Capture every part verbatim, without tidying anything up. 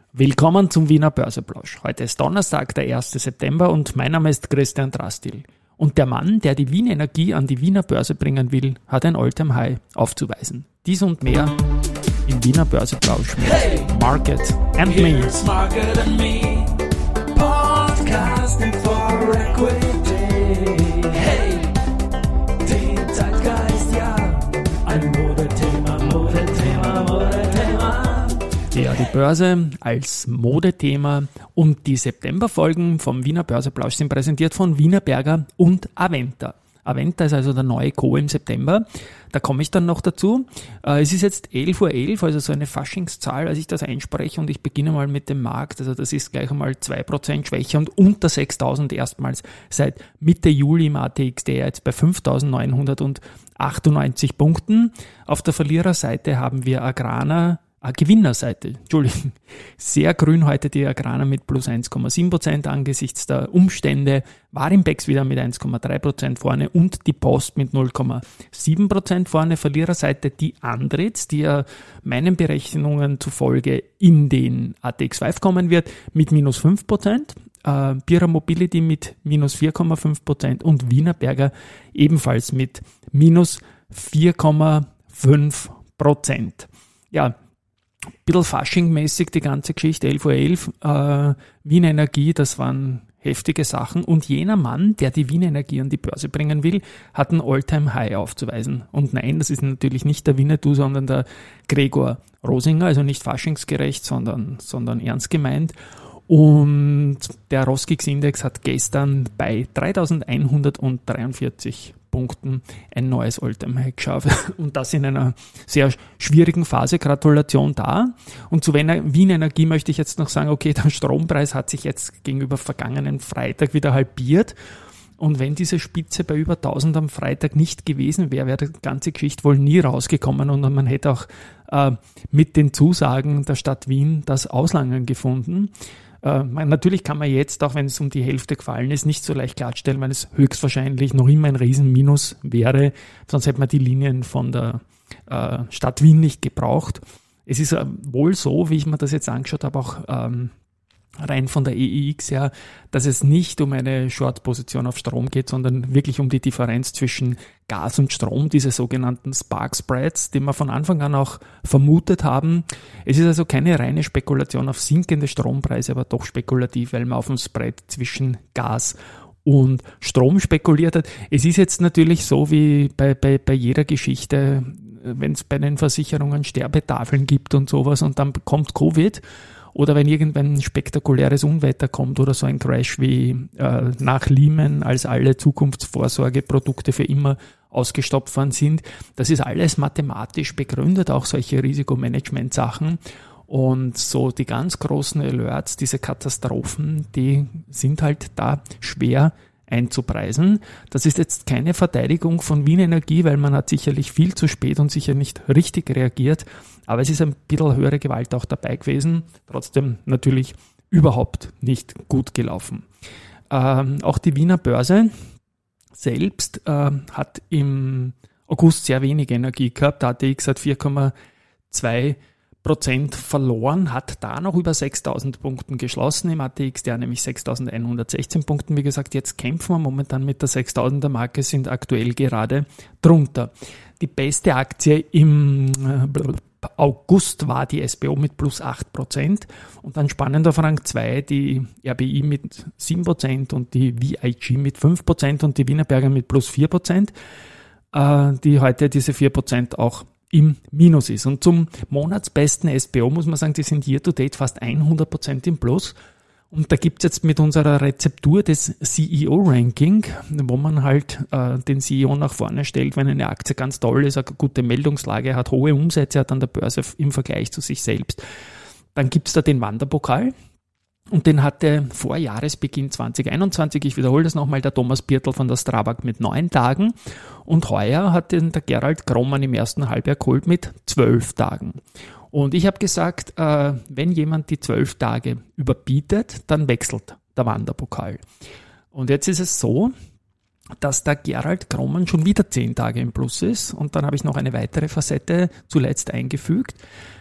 Willkommen zum Wiener Börseplausch. Heute ist Donnerstag, der erster September und mein Name ist Christian Drastil. Und der Mann, der die Wien Energie an die Wiener Börse bringen will, hat ein All-Time-High aufzuweisen. Dies und mehr im Wiener Börseplausch mit hey, Market and Me. Market and Me. Podcasting for Equity. Hey, den Zeitgeist, ja. Ein Modethema, Modethema, Modethema. Ja, die Börse als Modethema und die Septemberfolgen vom Wiener Börseplausch sind präsentiert von Wienerberger und Aventa. Aventa ist also der neue Co. im September. Da komme ich dann noch dazu. Es ist jetzt elf Uhr elf, also so eine Faschingszahl, als ich das einspreche, und ich beginne mal mit dem Markt. Also das ist gleich einmal zwei Prozent schwächer und unter sechstausend erstmals seit Mitte Juli im A T X, der jetzt bei fünftausendneunhundertachtundneunzig Punkten. Auf der Verliererseite haben wir Agrana, Ah, Gewinnerseite, Entschuldigung, sehr grün heute die Agrana mit plus eins Komma sieben Prozent angesichts der Umstände, Warimpex wieder mit eins Komma drei Prozent vorne und die Post mit null Komma sieben Prozent vorne. Verliererseite die Andritz, die ja meinen Berechnungen zufolge in den A T X fünf kommen wird, mit minus fünf Prozent. Äh, Bira Mobility mit minus vier Komma fünf Prozent und Wienerberger ebenfalls mit minus vier Komma fünf Prozent. Ja, ein bisschen Fasching-mäßig die ganze Geschichte, elf Uhr elf, äh, Wien Energie, das waren heftige Sachen. Und jener Mann, der die Wien Energie an die Börse bringen will, hat ein All-Time-High aufzuweisen. Und nein, das ist natürlich nicht der Winnetou, sondern der Gregor Rosinger, also nicht faschingsgerecht, sondern, sondern ernst gemeint. Und der Roskix-Index hat gestern bei dreitausendeinhundertdreiundvierzig Punkten ein neues All-Time-High geschafft. Und das in einer sehr schwierigen Phase. Gratulation da. Und zu Wien Energie möchte ich jetzt noch sagen, okay, der Strompreis hat sich jetzt gegenüber vergangenen Freitag wieder halbiert. Und wenn diese Spitze bei über tausend am Freitag nicht gewesen wäre, wäre die ganze Geschichte wohl nie rausgekommen und man hätte auch äh, mit den Zusagen der Stadt Wien das Auslangen gefunden. Uh, natürlich kann man jetzt, auch wenn es um die Hälfte gefallen ist, nicht so leicht klarstellen, weil es höchstwahrscheinlich noch immer ein Riesenminus wäre, sonst hätte man die Linien von der uh, Stadt Wien nicht gebraucht. Es ist uh, wohl so, wie ich mir das jetzt angeschaut habe, auch um, rein von der E E X her, dass es nicht um eine Short-Position auf Strom geht, sondern wirklich um die Differenz zwischen Gas und Strom, diese sogenannten Spark-Spreads, die wir von Anfang an auch vermutet haben. Es ist also keine reine Spekulation auf sinkende Strompreise, aber doch spekulativ, weil man auf dem Spread zwischen Gas und Strom spekuliert hat. Es ist jetzt natürlich so wie bei, bei, bei jeder Geschichte, wenn es bei den Versicherungen Sterbetafeln gibt und sowas und dann kommt Covid, oder wenn irgendwann ein spektakuläres Unwetter kommt oder so ein Crash wie äh, nach Lehman, als alle Zukunftsvorsorgeprodukte für immer ausgestopft worden sind. Das ist alles mathematisch begründet, auch solche Risikomanagement-Sachen. Und so die ganz großen Alerts, diese Katastrophen, die sind halt da schwer einzupreisen. Das ist jetzt keine Verteidigung von Wien Energie, weil man hat sicherlich viel zu spät und sicher nicht richtig reagiert, aber es ist ein bisschen höhere Gewalt auch dabei gewesen, trotzdem natürlich überhaupt nicht gut gelaufen. Ähm, auch die Wiener Börse selbst äh, hat im August sehr wenig Energie gehabt, der A T X hat vier Komma zwei Prozent verloren, hat da noch über sechstausend Punkten geschlossen im A T X, der nämlich sechstausendeinhundertsechzehn Punkten. Wie gesagt, jetzt kämpfen wir momentan mit der sechstausender Marke, sind aktuell gerade drunter. Die beste Aktie im August war die S B O mit plus acht Prozent und dann spannend auf Rang zwei die R B I mit sieben Prozent und die V I G mit fünf Prozent und die Wienerberger mit plus vier Prozent, die heute diese vier Prozent auch im Minus ist. Und zum monatsbesten S B O muss man sagen, die sind year to date fast hundert Prozent im Plus. Und da gibt's jetzt mit unserer Rezeptur des C E O-Ranking, wo man halt äh, den C E O nach vorne stellt, wenn eine Aktie ganz toll ist, eine gute Meldungslage hat, hohe Umsätze hat an der Börse im Vergleich zu sich selbst. Dann gibt's da den Wanderpokal. Und den hatte vor Jahresbeginn zwanzig einundzwanzig, ich wiederhole das nochmal, der Thomas Birtel von der Strabag mit neun Tagen. Und heuer hat den der Gerald Grohmann im ersten Halbjahr geholt mit zwölf Tagen. Und ich habe gesagt, äh, wenn jemand die zwölf Tage überbietet, dann wechselt der Wanderpokal. Und jetzt ist es so, dass der Gerald Grohmann schon wieder zehn Tage im Plus ist. Und dann habe ich noch eine weitere Facette zuletzt eingefügt.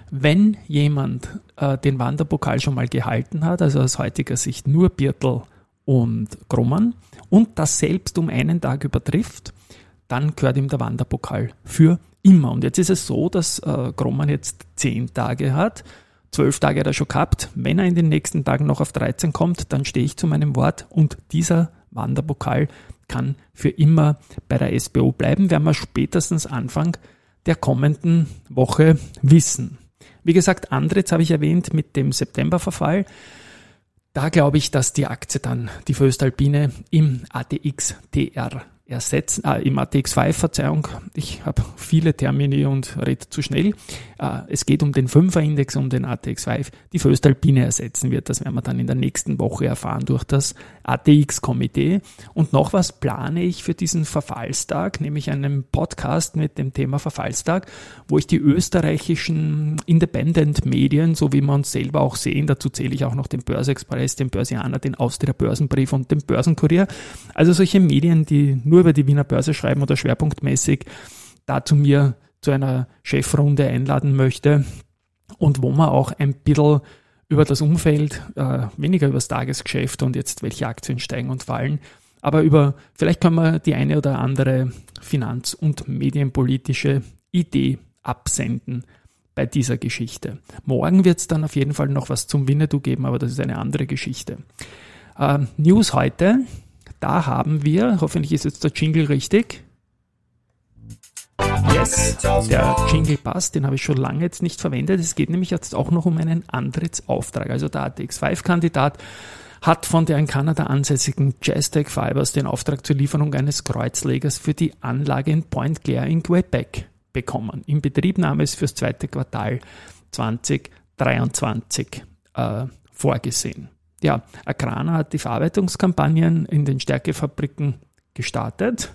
Wenn jemand äh, den Wanderpokal schon mal gehalten hat, also aus heutiger Sicht nur Birtel und Grumman, und das selbst um einen Tag übertrifft, dann gehört ihm der Wanderpokal für immer. Und jetzt ist es so, dass äh, Grumman jetzt zehn Tage hat, zwölf Tage hat er schon gehabt. Wenn er in den nächsten Tagen noch auf dreizehn kommt, dann stehe ich zu meinem Wort und dieser Wanderpokal kann für immer bei der S B O bleiben, werden wir spätestens Anfang der kommenden Woche wissen. Wie gesagt, Andritz habe ich erwähnt mit dem Septemberverfall. Da glaube ich, dass die Aktie dann, die Voestalpine, im A T X T R ersetzen, äh, im A T X fünf, Verzeihung, ich habe viele Termini und rede zu schnell. Äh, es geht um den Fünfer-Index, um den A T X fünf, die Voestalpine ersetzen wird. Das werden wir dann in der nächsten Woche erfahren durch das A T X-Komitee. Und noch was plane ich für diesen Verfallstag, nämlich einen Podcast mit dem Thema Verfallstag, wo ich die österreichischen Independent-Medien, so wie wir uns selber auch sehen, dazu zähle ich auch noch den Börse-Express, den Börsianer, den Austria-Börsenbrief und den Börsenkurier, also solche Medien, die nur über die Wiener Börse schreiben oder schwerpunktmäßig da zu mir zu einer Chefrunde einladen möchte und wo man auch ein bisschen über das Umfeld, äh, weniger über das Tagesgeschäft und jetzt welche Aktien steigen und fallen, aber über, vielleicht können wir die eine oder andere finanz- und medienpolitische Idee absenden bei dieser Geschichte. Morgen wird es dann auf jeden Fall noch was zum Winnetou geben, aber das ist eine andere Geschichte. Äh, News heute. Da haben wir, hoffentlich ist jetzt der Jingle richtig. Yes, der Jingle passt, den habe ich schon lange jetzt nicht verwendet. Es geht nämlich jetzt auch noch um einen Antrittsauftrag. Also der A T X fünf Kandidat hat von der in Kanada ansässigen Jaztec Fibers den Auftrag zur Lieferung eines Kreuzlegers für die Anlage in Point Claire in Quebec bekommen. Inbetriebnahme ist fürs zweite Quartal zwanzig dreiundzwanzig äh, vorgesehen. Ja, Agrana hat die Verarbeitungskampagnen in den Stärkefabriken gestartet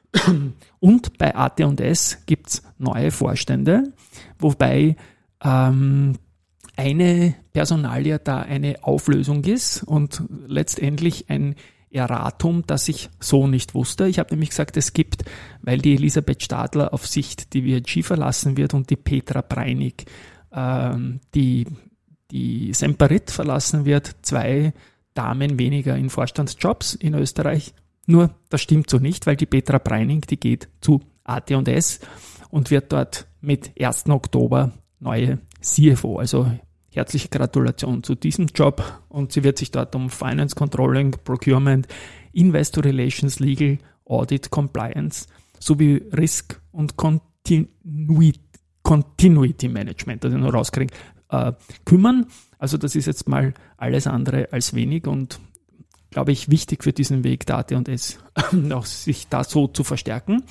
und bei A T und S gibt es neue Vorstände, wobei ähm, eine Personalie da eine Auflösung ist und letztendlich ein Erratum, das ich so nicht wusste. Ich habe nämlich gesagt, es gibt, weil die Elisabeth Stadler auf Sicht die V I G verlassen wird und die Petra Breinig ähm, die die Semperit verlassen wird, zwei Damen weniger in Vorstandsjobs in Österreich. Nur, das stimmt so nicht, weil die Petra Breining, die geht zu A T und S und wird dort mit ersten Oktober neue C F O. Also herzliche Gratulation zu diesem Job und sie wird sich dort um Finance, Controlling, Procurement, Investor Relations, Legal, Audit, Compliance sowie Risk und Continuity, Continuity Management, also nur rauskriegen, Äh, kümmern. Also das ist jetzt mal alles andere als wenig und glaube ich wichtig für diesen Weg der A T und S, auch sich da so zu verstärken.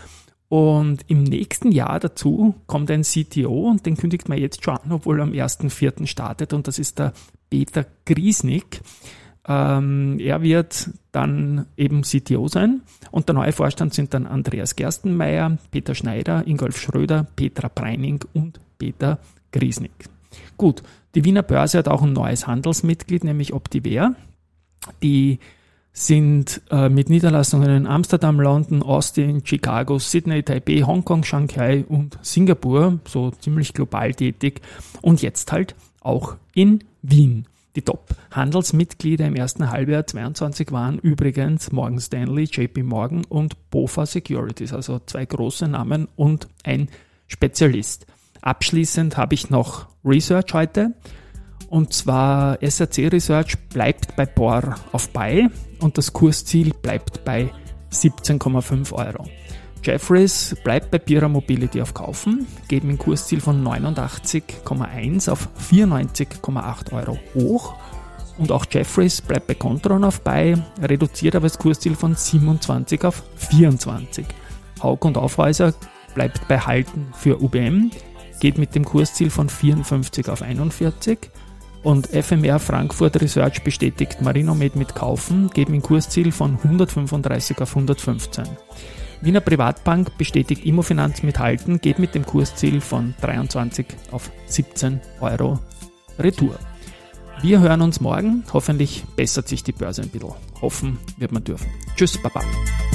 Und im nächsten Jahr dazu kommt ein C T O und den kündigt man jetzt schon an, obwohl er am ersten vierten startet und das ist der Peter Griesnick. Ähm, er wird dann eben C T O sein und der neue Vorstand sind dann Andreas Gerstenmeier, Peter Schneider, Ingolf Schröder, Petra Breining und Peter Griesnick. Gut, die Wiener Börse hat auch ein neues Handelsmitglied, nämlich Optiver. Die sind äh, mit Niederlassungen in Amsterdam, London, Austin, Chicago, Sydney, Taipei, Hongkong, Shanghai und Singapur, so ziemlich global tätig und jetzt halt auch in Wien. Die Top-Handelsmitglieder im ersten Halbjahr zweiundzwanzig waren übrigens Morgan Stanley, J P Morgan und BofA Securities, also zwei große Namen und ein Spezialist. Abschließend habe ich noch Research heute und zwar S R C Research bleibt bei B O R auf Buy und das Kursziel bleibt bei siebzehn Komma fünf Euro. Jefferies bleibt bei Bira Mobility auf Kaufen, geht mit einem Kursziel von neunundachtzig Komma eins auf vierundneunzig Komma acht Euro hoch und auch Jefferies bleibt bei Contron auf Buy, reduziert aber das Kursziel von siebenundzwanzig auf vierundzwanzig. Hauck und Aufhäuser bleibt bei Halten für U B M, geht mit dem Kursziel von vierundfünfzig auf einundvierzig und F M R Frankfurt Research bestätigt Marinomed mit Kaufen, geht mit dem Kursziel von hundertfünfunddreißig auf hundertfünfzehn. Wiener Privatbank bestätigt Immofinanz mit Halten, geht mit dem Kursziel von dreiundzwanzig auf siebzehn Euro Retour. Wir hören uns morgen, hoffentlich bessert sich die Börse ein bisschen. Hoffen wird man dürfen. Tschüss, Baba.